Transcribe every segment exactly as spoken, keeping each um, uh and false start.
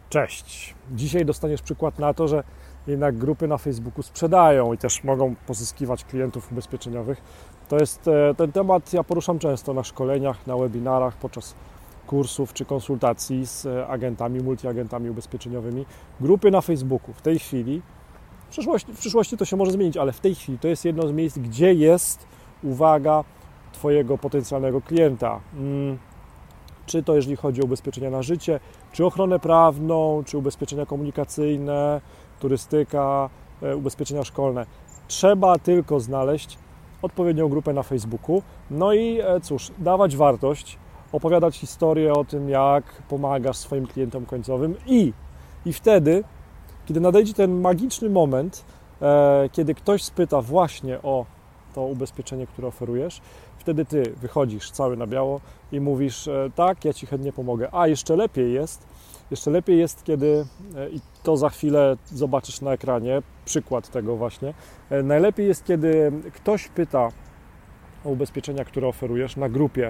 Cześć. Dzisiaj dostaniesz przykład na to, że jednak grupy na Facebooku sprzedają i też mogą pozyskiwać klientów ubezpieczeniowych. To jest ten temat, ja poruszam często na szkoleniach, na webinarach, podczas kursów czy konsultacji z agentami, multiagentami ubezpieczeniowymi. Grupy na Facebooku w tej chwili, w przyszłości, w przyszłości to się może zmienić, ale w tej chwili to jest jedno z miejsc, gdzie jest uwaga Twojego potencjalnego klienta. Hmm. Czy to jeżeli chodzi o ubezpieczenia na życie, czy ochronę prawną, czy ubezpieczenia komunikacyjne, turystyka, ubezpieczenia szkolne. Trzeba tylko znaleźć odpowiednią grupę na Facebooku. No i cóż, dawać wartość, opowiadać historię o tym, jak pomagasz swoim klientom końcowym i, i wtedy, kiedy nadejdzie ten magiczny moment, e, kiedy ktoś spyta właśnie o to ubezpieczenie, które oferujesz, wtedy Ty wychodzisz cały na biało i mówisz, tak, ja Ci chętnie pomogę. A jeszcze lepiej jest, jeszcze lepiej jest, kiedy, i to za chwilę zobaczysz na ekranie, przykład tego właśnie, najlepiej jest, kiedy ktoś pyta o ubezpieczenia, które oferujesz na grupie,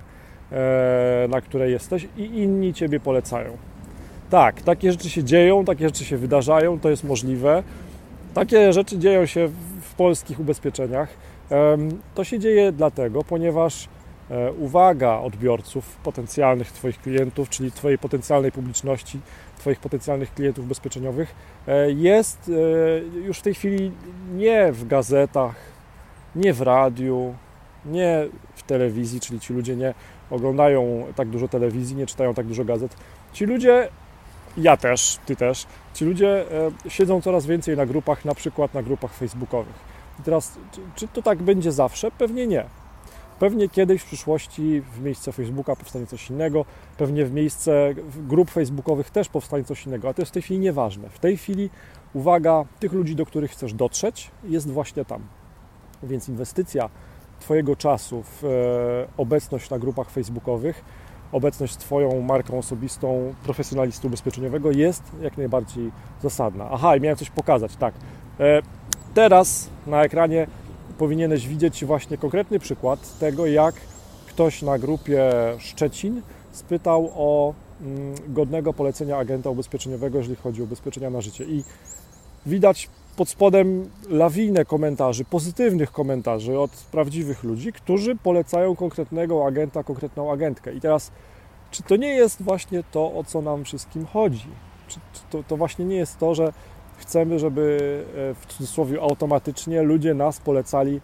na której jesteś i inni Ciebie polecają. Tak, takie rzeczy się dzieją, takie rzeczy się wydarzają, to jest możliwe. Takie rzeczy dzieją się w polskich ubezpieczeniach. To się dzieje dlatego, ponieważ uwaga odbiorców, potencjalnych Twoich klientów, czyli Twojej potencjalnej publiczności, Twoich potencjalnych klientów ubezpieczeniowych jest już w tej chwili nie w gazetach, nie w radiu, nie w telewizji, czyli ci ludzie nie oglądają tak dużo telewizji, nie czytają tak dużo gazet. Ci ludzie, ja też, Ty też, ci ludzie siedzą coraz więcej na grupach, na przykład na grupach facebookowych. I teraz, czy, czy to tak będzie zawsze? Pewnie nie. Pewnie kiedyś w przyszłości w miejsce Facebooka powstanie coś innego, pewnie w miejsce grup facebookowych też powstanie coś innego, a to jest w tej chwili nieważne. W tej chwili uwaga tych ludzi, do których chcesz dotrzeć, jest właśnie tam. Więc inwestycja Twojego czasu w e, obecność na grupach facebookowych, obecność Twoją marką osobistą profesjonalisty ubezpieczeniowego jest jak najbardziej zasadna. Aha, i miałem coś pokazać, tak. E, teraz na ekranie powinieneś widzieć właśnie konkretny przykład tego, jak ktoś na grupie Szczecin spytał o mm, godnego polecenia agenta ubezpieczeniowego, jeżeli chodzi o ubezpieczenia na życie. I widać pod spodem lawinę komentarzy, pozytywnych komentarzy od prawdziwych ludzi, którzy polecają konkretnego agenta, konkretną agentkę. I teraz, czy to nie jest właśnie to, o co nam wszystkim chodzi? Czy to, to właśnie nie jest to, że chcemy, żeby w cudzysłowie automatycznie ludzie nas polecali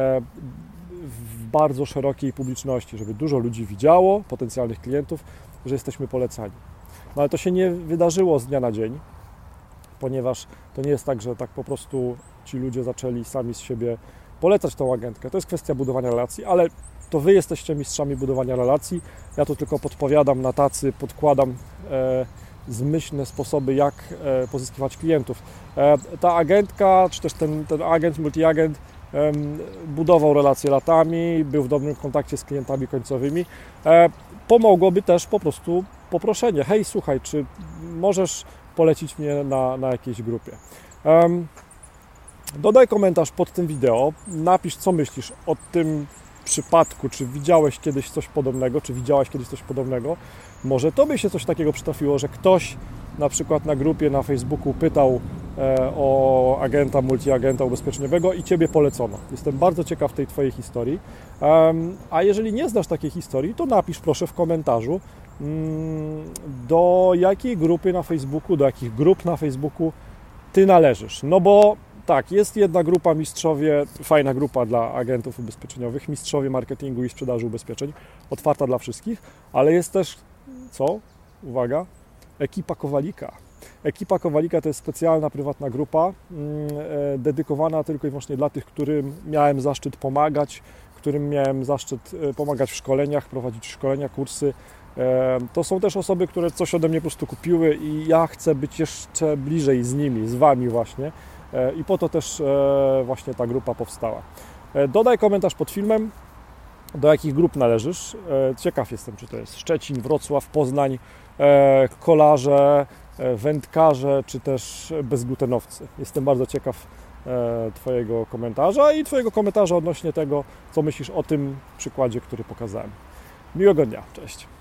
w bardzo szerokiej publiczności, żeby dużo ludzi widziało, potencjalnych klientów, że jesteśmy polecani. No ale to się nie wydarzyło z dnia na dzień, ponieważ to nie jest tak, że tak po prostu ci ludzie zaczęli sami z siebie polecać tą agentkę. To jest kwestia budowania relacji, ale to Wy jesteście mistrzami budowania relacji. Ja tu tylko podpowiadam na tacy, podkładam e, zmyślne sposoby, jak e, pozyskiwać klientów. E, ta agentka, czy też ten, ten agent, multiagent e, budował relacje latami, był w dobrym kontakcie z klientami końcowymi. E, pomogłoby też po prostu poproszenie. Hej, słuchaj, czy możesz polecić mnie na, na jakiejś grupie? E, dodaj komentarz pod tym wideo, napisz, co myślisz o tym przypadku, czy widziałeś kiedyś coś podobnego, czy widziałaś kiedyś coś podobnego. Może Tobie się coś takiego przytrafiło, że ktoś na przykład na grupie na Facebooku pytał e, o agenta, multiagenta ubezpieczeniowego i Ciebie polecono. Jestem bardzo ciekaw tej Twojej historii. Um, a jeżeli nie znasz takiej historii, to napisz proszę w komentarzu, um, do jakiej grupy na Facebooku, do jakich grup na Facebooku Ty należysz. No bo tak, jest jedna grupa mistrzowie, fajna grupa dla agentów ubezpieczeniowych, mistrzowie marketingu i sprzedaży ubezpieczeń, otwarta dla wszystkich, ale jest też, co? Uwaga, ekipa Kowalika. Ekipa Kowalika to jest specjalna, prywatna grupa, yy, dedykowana tylko i wyłącznie dla tych, którym miałem zaszczyt pomagać, którym miałem zaszczyt pomagać w szkoleniach, prowadzić szkolenia, kursy. Yy, to są też osoby, które coś ode mnie po prostu kupiły i ja chcę być jeszcze bliżej z nimi, z Wami właśnie. I po to też właśnie ta grupa powstała. Dodaj komentarz pod filmem, do jakich grup należysz. Ciekaw jestem, czy to jest Szczecin, Wrocław, Poznań, kolarze, wędkarze, czy też bezglutenowcy. Jestem bardzo ciekaw Twojego komentarza i Twojego komentarza odnośnie tego, co myślisz o tym przykładzie, który pokazałem. Miłego dnia, cześć.